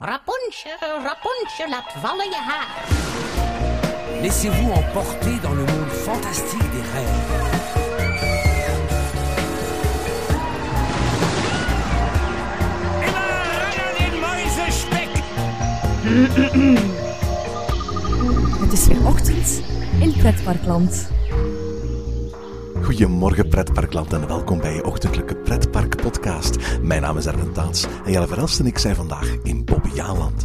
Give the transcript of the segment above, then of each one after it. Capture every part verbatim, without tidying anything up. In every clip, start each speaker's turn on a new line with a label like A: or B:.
A: Rapunzel, Rapunzel, laat vallen je haar.
B: Laissez-vous emporter dans le monde fantastique des rêves.
C: Immer ran an den muizenspek!
D: Het is weer ochtend in Pretparkland.
E: Goedemorgen Pretparkland en welkom bij je ochtendelijke Pretpark-podcast. Mijn naam is Erwin Taats en Jelle Verhelst en ik zijn vandaag in Bobbejaanland.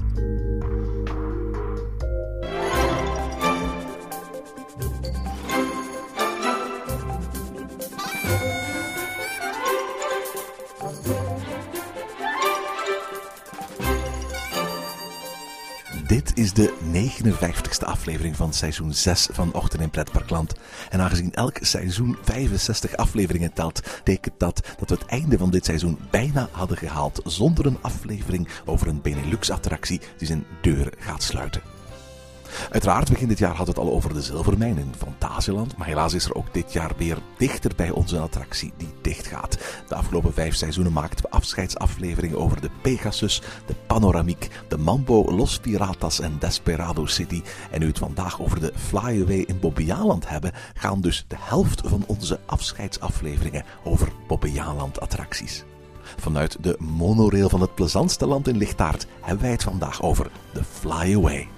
E: Dit is de negenenvijftigste aflevering van seizoen zes van Ochtend in Pretparkland. En aangezien elk seizoen vijfenzestig afleveringen telt, betekent dat dat we het einde van dit seizoen bijna hadden gehaald zonder een aflevering over een Benelux-attractie die zijn deuren gaat sluiten. Uiteraard, begin dit jaar hadden we het al over de Zilvermijn in Fantasieland, maar helaas is er ook dit jaar weer dichter bij ons een attractie die dicht gaat. De afgelopen vijf seizoenen maakten we afscheidsafleveringen over de Pegasus, de Panoramiek, de Mambo, Los Piratas en Desperado City. En nu we het vandaag over de Fly Away in Bobbejaanland hebben, gaan dus de helft van onze afscheidsafleveringen over Bobbejaanland attracties. Vanuit de monorail van het plezantste land in Lichtaard hebben wij het vandaag over de Fly Away.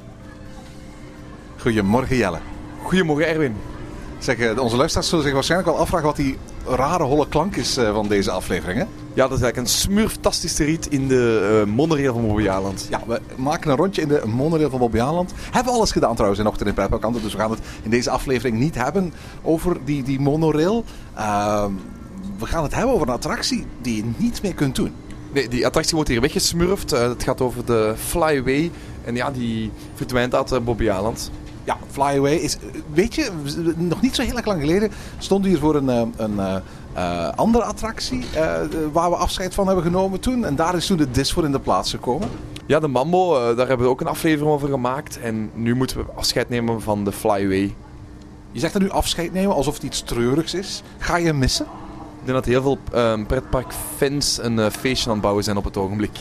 E: Goedemorgen Jelle.
F: Goedemorgen Erwin.
E: Zeg, onze luisteraars zullen zich waarschijnlijk wel afvragen wat die rare holle klank is van deze aflevering, hè?
F: Ja, dat is eigenlijk een smurftastische rit in de uh, monorail van Bobbejaanland.
E: Ja, we maken een rondje in de monorail van Bobbejaanland. Hebben we alles gedaan trouwens in Ochtend in Pretparkland, dus we gaan het in deze aflevering niet hebben over die, die monorail. Uh, we gaan het hebben over een attractie die je niet meer kunt doen.
F: Nee, die attractie wordt hier weggesmurfd. Uh, het gaat over de Fly Away. En ja, die verdwijnt uit uh, Bobbejaanland.
E: Ja, Fly Away is, weet je, nog niet zo heel erg lang geleden stond hier voor een, een, een uh, andere attractie uh, waar we afscheid van hebben genomen toen. En daar is toen de dis voor in de plaats gekomen.
F: Ja, de Mambo, uh, daar hebben we ook een aflevering over gemaakt. En nu moeten we afscheid nemen van de Fly Away.
E: Je zegt er nu afscheid nemen alsof het iets treurigs is. Ga je missen?
F: Ik denk dat heel veel um, pretparkfans een uh, feestje aan het bouwen zijn op het ogenblik.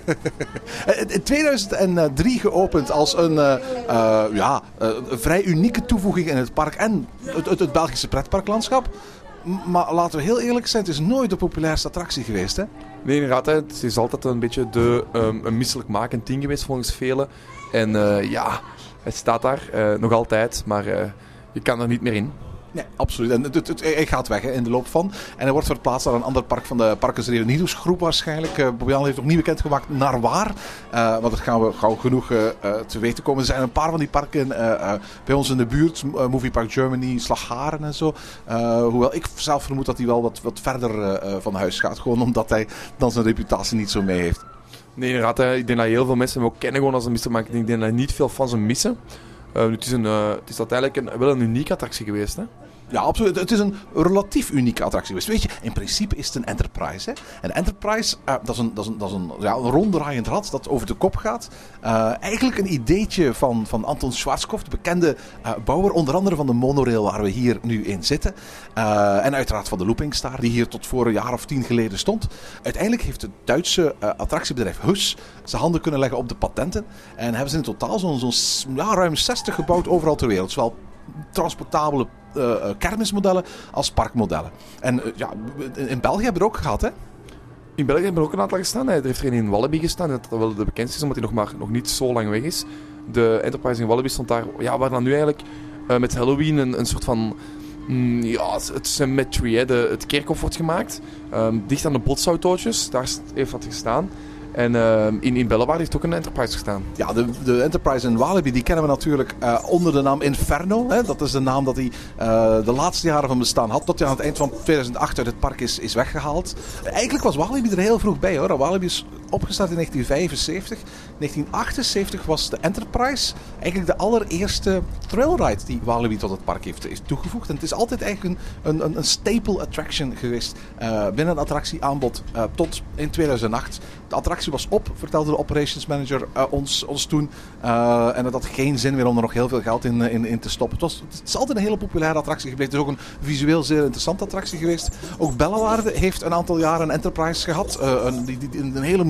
E: In tweeduizend drie geopend als een, uh, uh, ja, uh, een vrij unieke toevoeging in het park en het, het, het Belgische pretparklandschap. Maar laten we heel eerlijk zijn, het is nooit de populairste attractie geweest, hè?
F: Nee, inderdaad. Hè. Het is altijd een beetje de, um, een misselijkmakend ding geweest volgens velen. En uh, ja, het staat daar uh, nog altijd, maar uh, je kan er niet meer in.
E: Nee, absoluut. En het, het, het, hij gaat weg hè, in de loop van. En hij wordt verplaatst naar een ander park van de Parkes Reunidos groep waarschijnlijk. Uh, Bobbejaanland heeft nog niet bekendgemaakt naar waar. Uh, want dat gaan we gauw genoeg uh, te weten komen. Er zijn een paar van die parken uh, uh, bij ons in de buurt. Uh, Movie Park Germany, Slagharen en zo. Uh, hoewel ik zelf vermoed dat hij wel wat, wat verder uh, van huis gaat. Gewoon omdat hij dan zijn reputatie niet zo mee heeft.
F: Nee, inderdaad. Hè. Ik denk dat heel veel mensen hem ook kennen gewoon als een mister. Maar ik denk dat niet veel fans hem missen. Uh, het, is een, uh, het is uiteindelijk een, wel een unieke attractie geweest, hè?
E: Ja, absoluut. Het is een relatief unieke attractie geweest. Weet je, in principe is het een Enterprise. Hè? En Enterprise, uh, dat is een, dat is een, dat is een, ja, een ronddraaiend rad dat over de kop gaat. Uh, eigenlijk een ideetje van, van Anton Schwarzkopf, de bekende uh, bouwer. Onder andere van de monorail waar we hier nu in zitten. Uh, en uiteraard van de Looping Star, die hier tot voor een jaar of tien geleden stond. Uiteindelijk heeft het Duitse uh, attractiebedrijf Hus zijn handen kunnen leggen op de patenten. En hebben ze in totaal zo'n, zo'n ja, ruim zestig gebouwd overal ter wereld. Zowel transportabele uh, kermismodellen als parkmodellen. En uh, ja, in België hebben we er ook gehad, hè?
F: In België hebben er ook een aantal gestaan. Er heeft er een in Walibi gestaan, dat wel de bekendste is, omdat hij nog, maar, nog niet zo lang weg is. De Enterprise in Walibi stond daar, ja, waar dan nu eigenlijk uh, met Halloween een, een soort van, mm, ja, het cemetery, hè, de, het kerkhof wordt gemaakt. Um, dicht aan de botsautootjes, daar heeft dat gestaan. En uh, in, in Bellewaarde heeft ook een Enterprise gestaan.
E: Ja, de, de Enterprise in Walibi, die kennen we natuurlijk uh, onder de naam Inferno. Hè? Dat is de naam dat hij uh, de laatste jaren van bestaan had. Tot hij aan het eind van tweeduizend acht uit het park is, is weggehaald. Eigenlijk was Walibi er heel vroeg bij, hoor. Walibi is opgestart in negentien vijfenzeventig. negentien achtenzeventig was de Enterprise eigenlijk de allereerste trailride die Walibi tot het park heeft, heeft toegevoegd. En het is altijd eigenlijk een, een, een staple attraction geweest uh, binnen het attractieaanbod uh, tot in tweeduizend acht. De attractie was op, vertelde de operations manager uh, ons, ons toen. Uh, en het had geen zin meer om er nog heel veel geld in, in, in te stoppen. Het, was, het is altijd een hele populaire attractie gebleven. Het is ook een visueel zeer interessante attractie geweest. Ook Bellewaarde heeft een aantal jaren een Enterprise gehad. Uh, een, die, die, een hele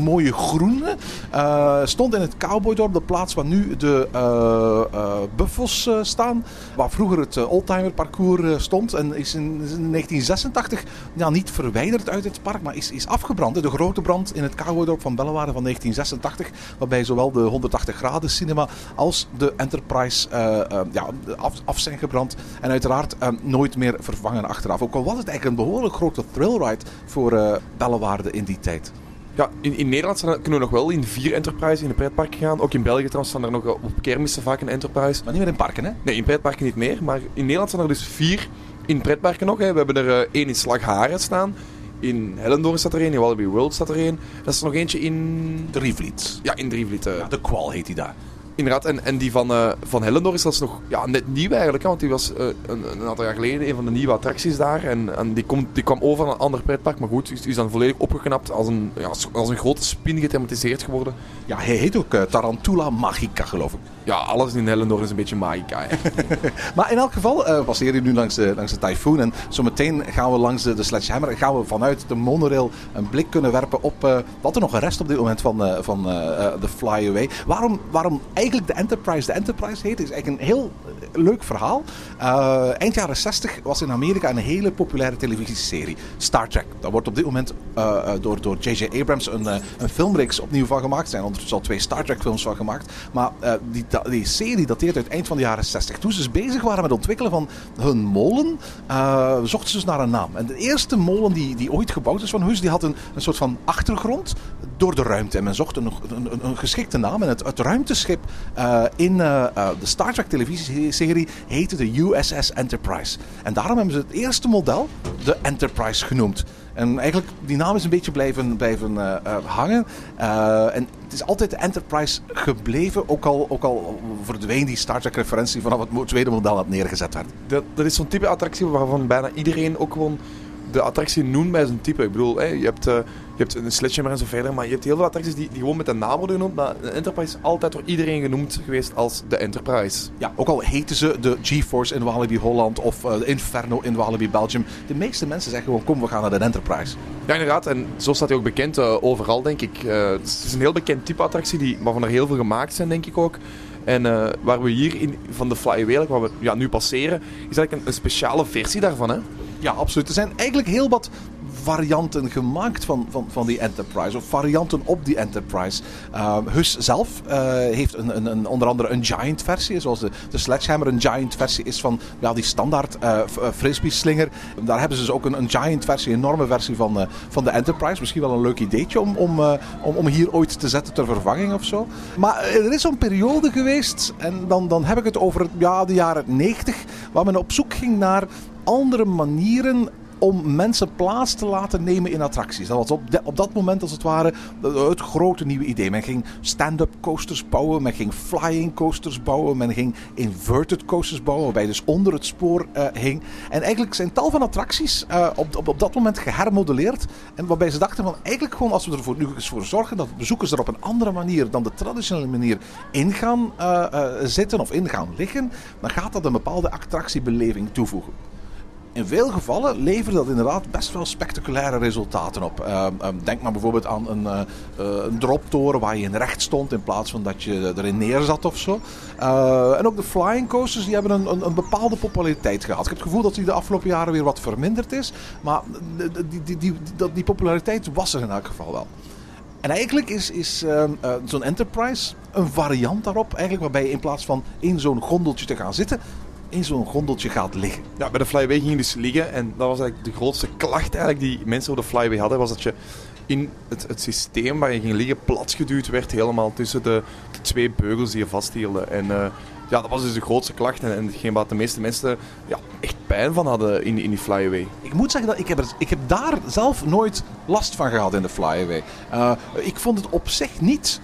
E: mooie groene. Uh, stond in het Cowboydorp, de plaats waar nu de uh, uh, Buffels uh, staan. Waar vroeger het uh, oldtimer parcours uh, stond. En is in, is in negentien zesentachtig ja, niet verwijderd uit het park, maar is, is afgebrand. De grote brand in het Cowboydorp van Bellewaarde van negentien zesentachtig. Waarbij zowel de honderdtachtig graden cinema als de Enterprise uh, uh, ja, af, af zijn gebrand. En uiteraard uh, nooit meer vervangen achteraf. Ook al was het eigenlijk een behoorlijk grote thrillride voor uh, Bellewaarde in die tijd.
F: Ja, in, in Nederland staan, kunnen we nog wel in vier Enterprise in de pretparken gaan. Ook in België trouwens staan er nog op kermissen vaak een Enterprise.
E: Maar niet meer in parken, hè?
F: Nee, in pretparken niet meer. Maar in Nederland staan er dus vier in pretparken nog. Hè. We hebben er uh, één in Slagharen staan. In Hellendoorn staat er één, in Walibi World staat er één. Er is er nog eentje in...
E: Drievliet.
F: Ja, in Drievliet. Uh.
E: Ja, de Kwal heet die daar.
F: Inderdaad, en, en die van, uh, van Hellendoorn is zelfs nog ja, net nieuw eigenlijk. Hè, want die was uh, een, een aantal jaar geleden een van de nieuwe attracties daar. En, en die, komt, die kwam over naar een ander pretpark. Maar goed, is, is dan volledig opgeknapt als een, ja, als een grote spin gethematiseerd geworden.
E: Ja, hij heet ook uh, Tarantula Magica, geloof ik.
F: Ja, alles in Hellendoorn is een beetje magica.
E: Maar in elk geval uh, passeren we nu langs de, langs de Typhoon. En zometeen gaan we langs de, de Sledgehammer. En gaan we vanuit de monorail een blik kunnen werpen op uh, wat er nog rest op dit moment van, uh, van uh, uh, de Flyaway. Waarom, waarom eigenlijk de Enterprise de Enterprise heet, is eigenlijk een heel leuk verhaal. Uh, eind jaren zestig was in Amerika een hele populaire televisieserie. Star Trek. Daar wordt op dit moment uh, door, door J J Abrams een, uh, een filmreeks opnieuw van gemaakt. Er zijn ondertussen al twee Star Trek films van gemaakt. Maar uh, die, die serie dateert uit eind van de jaren zestig. Toen ze dus bezig waren met het ontwikkelen van hun molen, uh, zochten ze dus naar een naam. En de eerste molen die, die ooit gebouwd is van Huis, die had een, een soort van achtergrond door de ruimte. En men zocht een, een, een geschikte naam. En het, het ruimteschip uh, in uh, uh, de Star Trek televisieserie heette de U S S Enterprise. En daarom hebben ze het eerste model de Enterprise genoemd. En eigenlijk, die naam is een beetje blijven, blijven uh, uh, hangen. Uh, en het is altijd de Enterprise gebleven, ook al, ook al verdween die Star Trek referentie vanaf het tweede model dat neergezet werd.
F: Dat, dat is zo'n type attractie waarvan bijna iedereen ook gewoon de attractie noemt bij zijn type. Ik bedoel, hè, je, hebt, uh, je hebt een Sledgehammer en zo verder, maar je hebt heel veel attracties die, die gewoon met een naam worden genoemd. Maar de Enterprise is altijd door iedereen genoemd geweest als de Enterprise.
E: Ja, ook al heten ze de GeForce in Walibi Holland of uh, de Inferno in Walibi Belgium. De meeste mensen zeggen gewoon, kom, we gaan naar de Enterprise.
F: Ja, inderdaad. En zo staat hij ook bekend uh, overal, denk ik. Uh, het is een heel bekend type attractie, die, waarvan er heel veel gemaakt zijn, denk ik ook. En uh, waar we hier in, van de Flyaway, waar we ja, nu passeren, is eigenlijk een, een speciale versie daarvan, hè?
E: Ja, absoluut. Er zijn eigenlijk heel wat varianten gemaakt van, van, van die Enterprise. Of varianten op die Enterprise. Uh, Hus zelf uh, heeft een, een, een, onder andere een giant versie. Zoals de, de Sledgehammer een giant versie is van ja, die standaard uh, frisbee slinger. Daar hebben ze dus ook een, een giant versie, een enorme versie van, uh, van de Enterprise. Misschien wel een leuk ideetje om, om, uh, om, om hier ooit te zetten ter vervanging of zo. Maar er is zo'n periode geweest. En dan, dan heb ik het over ja, de jaren negentig. Waar men op zoek ging naar andere manieren om mensen plaats te laten nemen in attracties. Dat was op, de, op dat moment als het ware het grote nieuwe idee. Men ging stand-up coasters bouwen, men ging flying coasters bouwen, men ging inverted coasters bouwen, waarbij je dus onder het spoor uh, hing. En eigenlijk zijn tal van attracties uh, op, op, op dat moment gehermodelleerd. En waarbij ze dachten van eigenlijk gewoon als we ervoor nu eens voor zorgen dat bezoekers er op een andere manier dan de traditionele manier in gaan uh, uh, zitten of in gaan liggen, dan gaat dat een bepaalde attractiebeleving toevoegen. In veel gevallen levert dat inderdaad best wel spectaculaire resultaten op. Uh, uh, denk maar bijvoorbeeld aan een, uh, uh, een droptoren waar je in recht stond in plaats van dat je erin neerzat of zo. Uh, en ook de flying coasters die hebben een, een, een bepaalde populariteit gehad. Ik heb het gevoel dat die de afgelopen jaren weer wat verminderd is. Maar die, die, die, die, die, die populariteit was er in elk geval wel. En eigenlijk is, is uh, uh, zo'n Enterprise een variant daarop. Eigenlijk waarbij je in plaats van in zo'n gondeltje te gaan zitten, in zo'n gondeltje gaat liggen.
F: Ja, bij de Flyaway ging je dus liggen. En dat was eigenlijk de grootste klacht eigenlijk die mensen op de Flyaway hadden. Was dat je in het, het systeem waar je ging liggen platgeduwd werd helemaal tussen de, de twee beugels die je vasthielden. En uh, ja, dat was dus de grootste klacht. En, en hetgeen waar de meeste mensen ja, echt pijn van hadden in, in die Flyaway.
E: Ik moet zeggen dat ik heb, er, ik heb daar zelf nooit last van gehad in de Flyaway. Uh, ik vond het op zich niet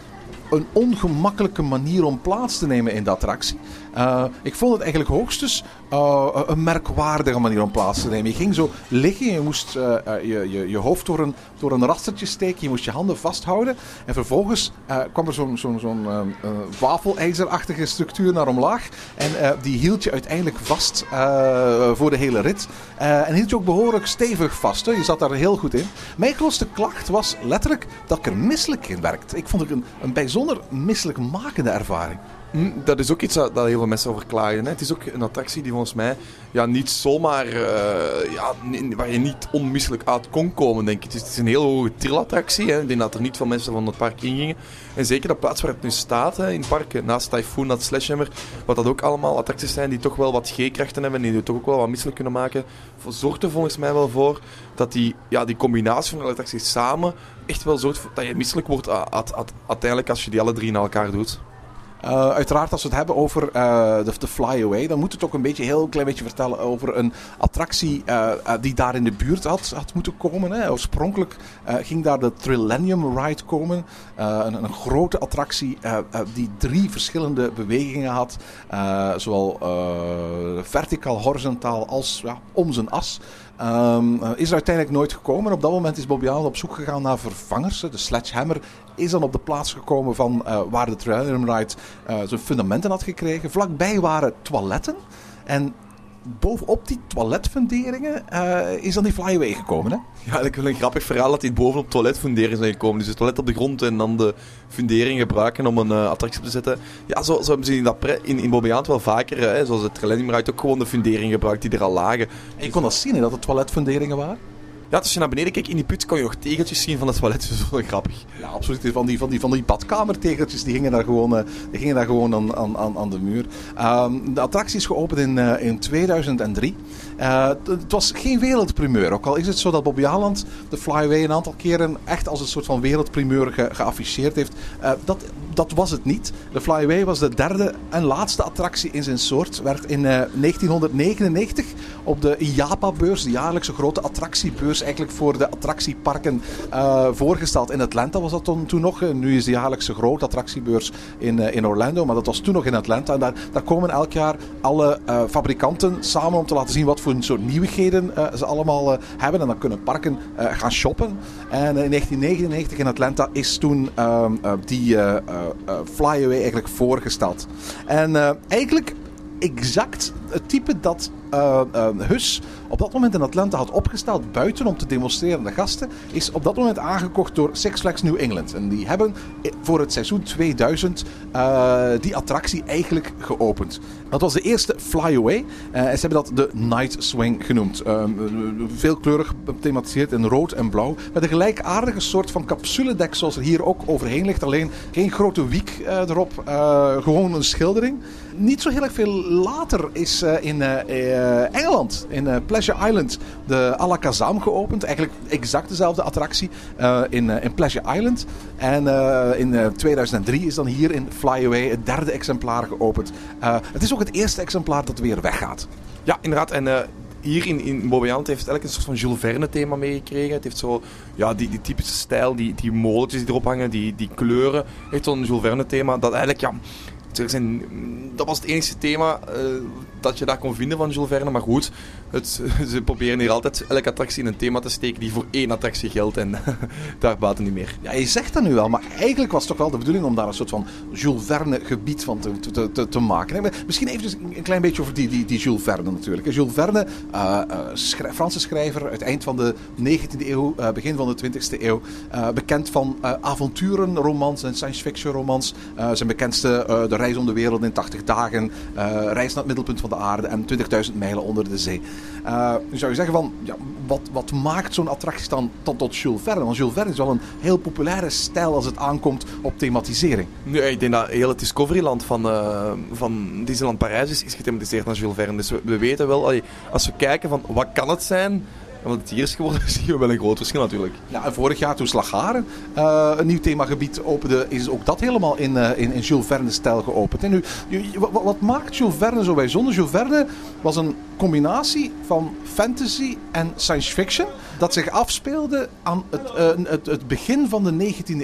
E: een ongemakkelijke manier om plaats te nemen in de attractie. Uh, ik vond het eigenlijk hoogstens uh, een merkwaardige manier om plaats te nemen. Je ging zo liggen, je moest uh, je, je, je hoofd door een, door een rastertje steken, je moest je handen vasthouden. En vervolgens uh, kwam er zo'n, zo'n, zo'n uh, uh, wafelijzerachtige structuur naar omlaag. En uh, die hield je uiteindelijk vast uh, voor de hele rit. Uh, en hield je ook behoorlijk stevig vast. Hè. Je zat daar heel goed in. Mijn grootste klacht was letterlijk dat ik er misselijk in werkte. Ik vond het een, een bijzonder misselijkmakende ervaring.
F: Dat is ook iets dat heel veel mensen over klagen. Hè. Het is ook een attractie die volgens mij ja, niet zomaar, uh, ja, waar je niet onmisselijk uit kon komen, denk ik. Het is, het is een heel hoge trillattractie. Hè. Ik denk dat er niet veel mensen van het park ingingen. En zeker de plaats waar het nu staat, hè, in het park, naast Typhoon, naast Sledgehammer, wat dat ook allemaal attracties zijn die toch wel wat G-krachten hebben en die toch ook wel wat misselijk kunnen maken, zorgt er volgens mij wel voor dat die, ja, die combinatie van de attracties samen echt wel zorgt voor dat je misselijk wordt a- a- a- uiteindelijk als je die alle drie naar elkaar doet.
E: Uh, uiteraard, als we het hebben over uh, de, de Fly Away, dan moet het ook een beetje, heel klein beetje vertellen over een attractie uh, uh, die daar in de buurt had, had moeten komen. Hè. Oorspronkelijk uh, ging daar de Trillennium Ride komen. Uh, een, een grote attractie uh, uh, die drie verschillende bewegingen had. Uh, zowel uh, verticaal, horizontaal als ja, om zijn as. Um, uh, is er uiteindelijk nooit gekomen. Op dat moment is Bobby Allen op zoek gegaan naar vervangers. De Sledgehammer is dan op de plaats gekomen van uh, waar de Trillennium Ride uh, zijn fundamenten had gekregen. Vlakbij waren toiletten. En bovenop die toiletfunderingen uh, is dan die Fly Away gekomen. Hè?
F: Ja, dat is wel een grappig verhaal dat die bovenop toiletfunderingen zijn gekomen. Dus het toilet op de grond en dan de fundering gebruiken om een uh, attractie op te zetten. Ja, zo, zo hebben ze in, dat pre- in, in Bobby Allen wel vaker, hè, zoals het Trillennium Ride, ook gewoon de fundering gebruikt die er al lagen.
E: En je kon dat zien, hè, dat het toiletfunderingen waren?
F: Ja, als je naar beneden kijkt in die put, kon je nog tegeltjes zien van het toilet. Dat is wel grappig.
E: Ja, absoluut. Van die, van die, van die badkamertegeltjes, die gingen daar gewoon, uh, die gingen daar gewoon aan, aan, aan de muur. Um, de attractie is geopend in, uh, in tweeduizend drie. Uh, t- het was geen wereldprimeur. Ook al is het zo dat Bobby Aland de Fly Away een aantal keren echt als een soort van wereldprimeur ge- geafficheerd heeft. Uh, dat, dat was het niet. De Fly Away was de derde en laatste attractie in zijn soort. Werd in uh, negentienhonderdnegenennegentig op de I A P A-beurs, de jaarlijkse grote attractiebeurs, eigenlijk voor de attractieparken uh, voorgesteld. In Atlanta was dat toen, toen nog. Nu is de jaarlijkse grote attractiebeurs in, uh, in Orlando, maar dat was toen nog in Atlanta. En daar, daar komen elk jaar alle uh, fabrikanten samen om te laten zien wat voor soort nieuwigheden uh, ze allemaal uh, hebben. En dan kunnen parken uh, gaan shoppen. En uh, in negentien negenennegentig in Atlanta is toen uh, uh, die uh, uh, uh, Fly Away eigenlijk voorgesteld. En uh, eigenlijk exact het type dat uh, uh, Hus op dat moment in Atlanta had opgesteld buiten om te demonstreren aan de gasten, is op dat moment aangekocht door Six Flags New England. En die hebben voor het seizoen tweeduizend uh, die attractie eigenlijk geopend. Dat was de eerste Fly Away. Uh, en ze hebben dat de Night Swing genoemd. Uh, veelkleurig thematiseerd in rood en blauw. Met een gelijkaardige soort van capsuledek zoals er hier ook overheen ligt. Alleen geen grote wiek uh, erop. Uh, gewoon een schildering. Niet zo heel erg veel later is uh, in uh, uh, Engeland, in uh, Pleasure Island, de Alakazam geopend. Eigenlijk exact dezelfde attractie uh, in, uh, in Pleasure Island. En uh, in uh, tweeduizend drie is dan hier in Fly Away het derde exemplaar geopend. Uh, het is ook het eerste exemplaar dat weer weggaat.
F: Ja, inderdaad. En uh, hier in, in Bobby Aland heeft het eigenlijk een soort van Jules Verne thema meegekregen. Het heeft zo ja, die, die typische stijl, die, die molletjes die erop hangen, die, die kleuren. Echt zo'n Jules Verne thema dat eigenlijk... ja. Er zijn, dat was het enige thema uh, dat je daar kon vinden van Jules Verne. Maar goed, het, ze proberen hier altijd elke attractie in een thema te steken die voor één attractie geldt. En daar baten niet meer.
E: Ja, je zegt dat nu wel, maar eigenlijk was het toch wel de bedoeling om daar een soort van Jules Verne gebied van te, te, te, te maken. Nee, misschien even een klein beetje over die, die, die Jules Verne natuurlijk. Jules Verne, uh, uh, schri- Franse schrijver uit eind van de negentiende eeuw, uh, begin van de twintigste eeuw. Uh, bekend van uh, avonturenromans en science fiction romans. Uh, zijn bekendste uh, de Reis om de wereld in tachtig dagen, uh, Reis naar het middelpunt van de aarde en twintigduizend mijlen onder de zee. Uh, nu zou je zeggen van, ja, wat, wat maakt zo'n attractie dan tot, tot Jules Verne? Want Jules Verne is wel een heel populaire stijl als het aankomt op thematisering.
F: Nee, ik denk dat heel het Discoveryland van, uh, van Disneyland Parijs is, is gethematiseerd naar Jules Verne. Dus we, we weten wel, allee, als we kijken van wat kan het zijn... En wat het hier is geworden, zien we wel een groot verschil natuurlijk.
E: Ja, en vorig jaar toen Slagharen uh, een nieuw themagebied opende, is ook dat helemaal in, uh, in, in Jules Verne-stijl geopend. En nu, wat, wat maakt Jules Verne zo bijzonder? Jules Verne was een combinatie van fantasy en science fiction dat zich afspeelde aan het, uh, het, het begin van de negentiende eeuw.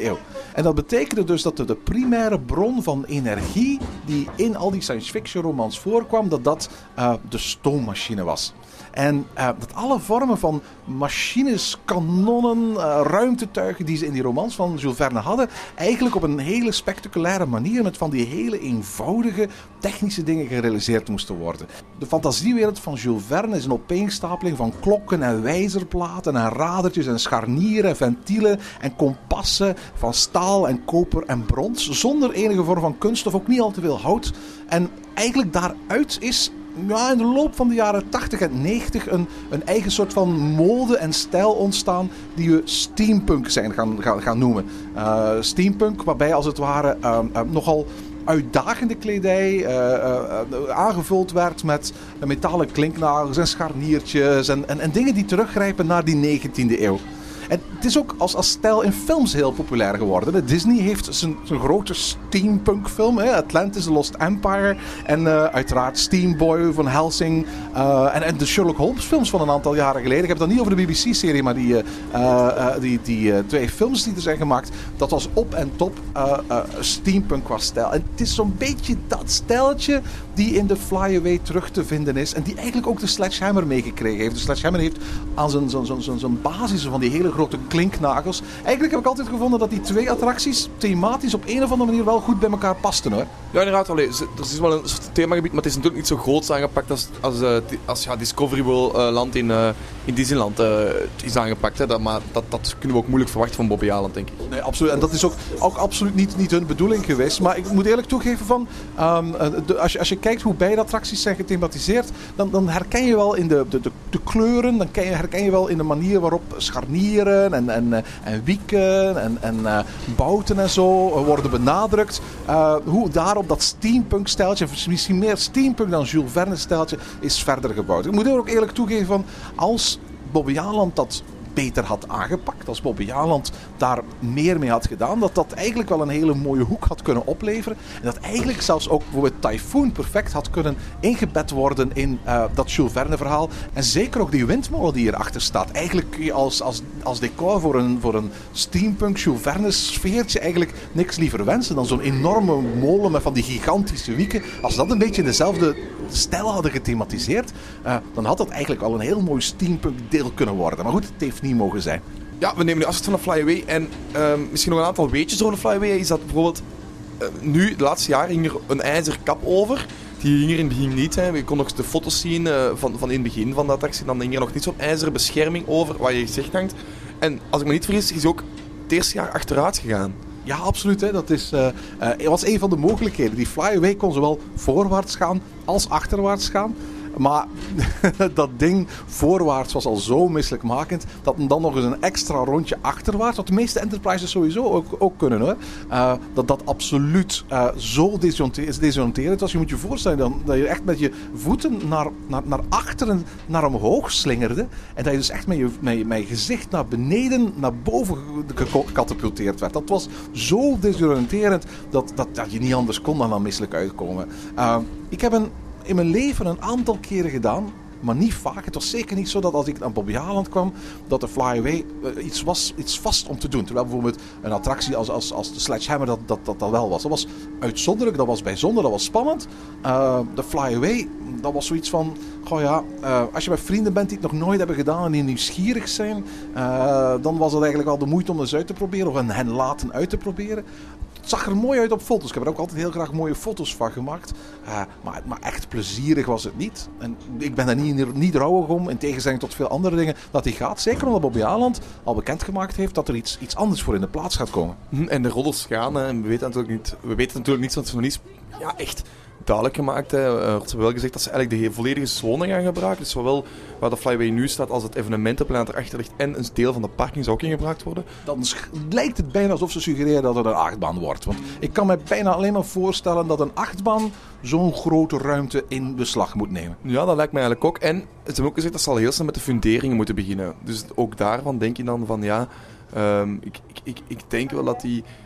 E: En dat betekende dus dat de, de primaire bron van energie die in al die science fiction romans voorkwam, dat dat uh, de stoommachine was. En uh, dat alle vormen van machines, kanonnen, uh, ruimtetuigen die ze in die romans van Jules Verne hadden, eigenlijk op een hele spectaculaire manier met van die hele eenvoudige technische dingen gerealiseerd moesten worden. De fantasiewereld van Jules Verne is een opeenstapeling van klokken en wijzerplaten en radertjes en scharnieren, ventielen en kompassen van staal en koper en brons, zonder enige vorm van kunst of ook niet al te veel hout. En eigenlijk daaruit is ja, in de loop van de jaren tachtig en negentig een, een eigen soort van mode en stijl ontstaan die we steampunk zijn gaan, gaan, gaan noemen. Uh, steampunk, waarbij als het ware uh, uh, nogal uitdagende kledij uh, uh, aangevuld werd met metalen klinknagels en scharniertjes en, en, en dingen die teruggrijpen naar die negentiende eeuw. En het is ook als, als stijl in films heel populair geworden. Disney heeft zijn, zijn grote steampunk film, hè? Atlantis, The Lost Empire. En uh, uiteraard Steamboy van Helsing. Uh, en, en de Sherlock Holmes films van een aantal jaren geleden. Ik heb het dan niet over de B B C-serie, maar die, uh, uh, die, die uh, twee films die er zijn gemaakt. Dat was op en top uh, uh, steampunk qua stijl. En het is zo'n beetje dat stijltje die in de Fly Away terug te vinden is. En die eigenlijk ook de Sledgehammer meegekregen heeft. De Sledgehammer heeft aan zijn, zijn, zijn, zijn basis van die hele grote klinknagels. Eigenlijk heb ik altijd gevonden dat die twee attracties thematisch op een of andere manier wel goed bij elkaar pasten, hoor.
F: Ja, inderdaad. Allee, er is wel een soort themagebied, maar het is natuurlijk niet zo groots aangepakt als, als, uh, als ja, Discovery World uh, land in, uh, in Disneyland uh, is aangepakt. Hè. Dat, maar dat, dat kunnen we ook moeilijk verwachten van Bobby Aland, denk ik.
E: Nee, absoluut. En dat is ook, ook absoluut niet, niet hun bedoeling geweest. Maar ik moet eerlijk toegeven van, um, de, als, je, als je kijkt hoe beide attracties zijn gethematiseerd, dan, dan herken je wel in de, de, de, de kleuren, dan ken je, herken je wel in de manier waarop scharnieren en, en, en wieken en, en uh, bouten en zo worden benadrukt. Uh, hoe daarop dat steampunk-stijltje, misschien meer steampunk dan Jules Verne-stijltje, is verder gebouwd. Ik moet er ook eerlijk toegeven van, als Bobby Aland dat beter had aangepakt, als Bobby Aland daar meer mee had gedaan, dat dat eigenlijk wel een hele mooie hoek had kunnen opleveren. En dat eigenlijk zelfs ook bijvoorbeeld Typhoon perfect had kunnen ingebed worden in uh, dat Jules Verne verhaal. En zeker ook die windmolen die hierachter staat. Eigenlijk kun je als, als, als decor voor een, voor een steampunk Jules Verne sfeertje eigenlijk niks liever wensen dan zo'n enorme molen met van die gigantische wieken. Als dat een beetje in dezelfde stijl hadden gethematiseerd, uh, dan had dat eigenlijk al een heel mooi steampunk deel kunnen worden. Maar goed, het heeft niet mogen zijn.
F: Ja, we nemen nu afstand van de Fly Away. En uh, misschien nog een aantal weetjes over de Fly Away. Is dat bijvoorbeeld uh, nu, de laatste jaren, hing er een ijzeren kap over. Die hing er in het begin niet. Hè. Je kon nog de foto's zien uh, van, van in het begin van de attractie. Dan hing er nog niet zo'n ijzeren bescherming over waar je gezicht hangt. En als ik me niet vergis, is hij ook het eerste jaar achteruit gegaan.
E: Ja, absoluut. Hè. Dat is, uh, uh, was een van de mogelijkheden. Die Fly Away kon zowel voorwaarts gaan als achterwaarts gaan. Maar dat ding voorwaarts was al zo misselijkmakend dat dan nog eens een extra rondje achterwaarts, wat de meeste Enterprises sowieso ook, ook kunnen, hoor. Uh, dat dat absoluut uh, zo desoriënterend was. Je moet je voorstellen dan, dat je echt met je voeten naar, naar, naar achteren, naar omhoog slingerde. En dat je dus echt met je, met je, met je gezicht naar beneden, naar boven gecatapulteerd werd. Dat was zo desoriënterend dat, dat, dat je niet anders kon dan dan misselijk uitkomen. Uh, ik heb een in mijn leven een aantal keren gedaan, maar niet vaak. Het was zeker niet zo dat als ik naar Bobby Aland kwam, dat de Fly Away uh, iets was, iets vast om te doen. Terwijl bijvoorbeeld een attractie als, als, als de Sledgehammer dat, dat, dat dat wel was. Dat was uitzonderlijk, dat was bijzonder, dat was spannend. Uh, de Fly Away, dat was zoiets van, goh ja, uh, als je met vrienden bent die het nog nooit hebben gedaan en die nieuwsgierig zijn, uh, dan was het eigenlijk al de moeite om eens uit te proberen of hen laten uit te proberen. Het zag er mooi uit op foto's. Ik heb er ook altijd heel graag mooie foto's van gemaakt. Uh, maar, maar echt plezierig was het niet. En ik ben daar niet, niet rouwig om. In tegenstelling tot veel andere dingen dat hij gaat. Zeker omdat Bobby Aland al bekendgemaakt heeft dat er iets, iets anders voor in de plaats gaat komen.
F: En de roddels gaan. Hè. En we weten natuurlijk niet, we weten natuurlijk niet wat het van is. Ja, echt duidelijk gemaakt. Hè. Uh, ze hebben wel gezegd dat ze eigenlijk de volledige zone gaan gebruiken. Dus zowel waar de Fly Away nu staat als het evenementenplein dat erachter ligt en een deel van de parking zou ook in gebruikt worden.
E: Dan sch- lijkt het bijna alsof ze suggereren dat het een achtbaan wordt. Want ik kan me bijna alleen maar voorstellen dat een achtbaan zo'n grote ruimte in beslag moet nemen.
F: Ja, dat lijkt mij eigenlijk ook. En ze hebben ook gezegd dat ze al heel snel met de funderingen moeten beginnen. Dus ook daarvan denk je dan van ja, um, ik, ik, ik, ik denk wel dat die...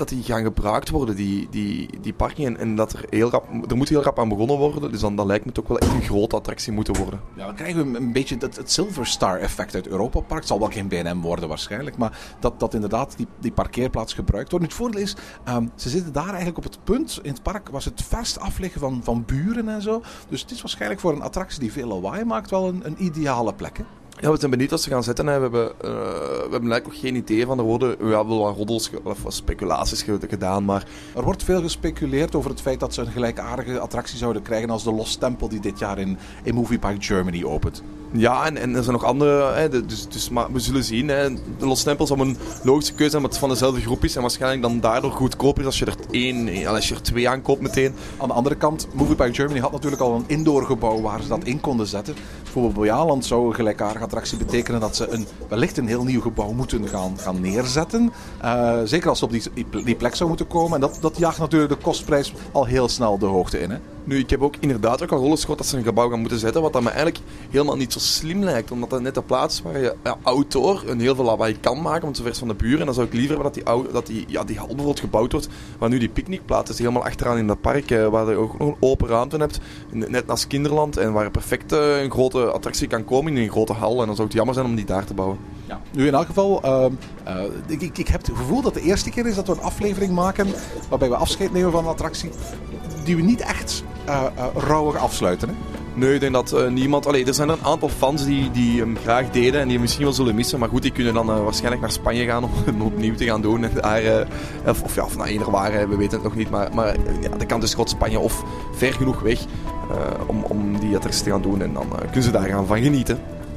F: dat die gaan gebruikt worden, die, die, die parken. En, en dat er heel rap, er moet heel rap aan begonnen worden. Dus dan, dan lijkt me het ook wel echt een grote attractie moeten worden.
E: Ja, dan krijgen we een beetje het, het Silver Star effect uit Europa Park. Het zal wel geen B en M worden waarschijnlijk. Maar dat, dat inderdaad die, die parkeerplaats gebruikt wordt. Nu, het voordeel is, um, ze zitten daar eigenlijk op het punt in het park waar ze het verst af liggen van, van buren en zo. Dus het is waarschijnlijk voor een attractie die veel lawaai maakt wel een, een ideale plek. Hè?
F: Ja, we zijn benieuwd wat ze gaan zetten. Hè. We hebben, uh, we hebben eigenlijk nog geen idee van. Er worden ja, wel wat roddels ge- of wat speculaties ge- gedaan, maar...
E: Er wordt veel gespeculeerd over het feit dat ze een gelijkaardige attractie zouden krijgen als de Lost Temple die dit jaar in, in Movie Park Germany opent.
F: Ja, en, en er zijn nog andere, hè, de, dus, dus, maar we zullen zien. Hè. De Lost Temple zal een logische keuze zijn, omdat het van dezelfde groep is en waarschijnlijk dan daardoor goedkoper is als je er één, als je er twee aankoopt meteen.
E: Aan de andere kant, Movie Park Germany had natuurlijk al een indoorgebouw waar ze dat in konden zetten. Bijvoorbeeld Boojaland zou een gelijkaardige attractie betekenen dat ze een, wellicht een heel nieuw gebouw moeten gaan, gaan neerzetten. Uh, zeker als ze op die, die plek zou moeten komen. En dat, dat jaagt natuurlijk de kostprijs al heel snel de hoogte in. Hè?
F: Nu, ik heb ook inderdaad ook al rollen gehoord dat ze een gebouw gaan moeten zetten, wat dat me eigenlijk helemaal niet zo slim lijkt. Omdat dat net de plaats is waar je ja, outdoor een heel veel lawaai kan maken, want zo vers van de buren. En dan zou ik liever hebben dat die, dat die, ja, die hal bijvoorbeeld gebouwd wordt, waar nu die picknickplaats is, helemaal achteraan in dat park, eh, waar je ook nog een open ruimte hebt, net naast Kinderland, en waar perfect uh, een grote attractie kan komen in een grote hal. En dan zou het jammer zijn om die daar te bouwen.
E: Ja. Nu in elk geval, uh, uh, ik, ik, ik heb het gevoel dat de eerste keer is dat we een aflevering maken waarbij we afscheid nemen van een attractie die we niet echt uh, uh, rauwig afsluiten. Hè?
F: Nee, ik denk dat uh, niemand... Allee, er zijn er een aantal fans die, die hem graag deden en die hem misschien wel zullen missen. Maar goed, die kunnen dan uh, waarschijnlijk naar Spanje gaan om hem opnieuw te gaan doen. En daar, uh, of, of ja, of naar eender waar, we weten het nog niet. Maar, maar ja, de kant is God Spanje of ver genoeg weg uh, om, om die attractie te gaan doen. En dan uh, kunnen ze daar gaan van genieten.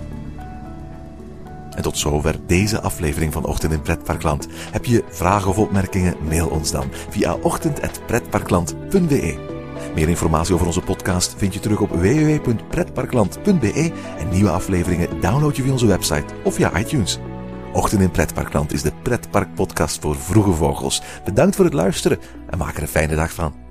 E: En tot zover deze aflevering van Ochtend in Pretparkland. Heb je vragen of opmerkingen? Mail ons dan via ochtend apenstaartje pretparkland punt b e. Meer informatie over onze podcast vind je terug op w w w punt pretparkland punt b e en nieuwe afleveringen download je via onze website of via iTunes. Ochtend in Pretparkland is de pretparkpodcast voor vroege vogels. Bedankt voor het luisteren en maak er een fijne dag van.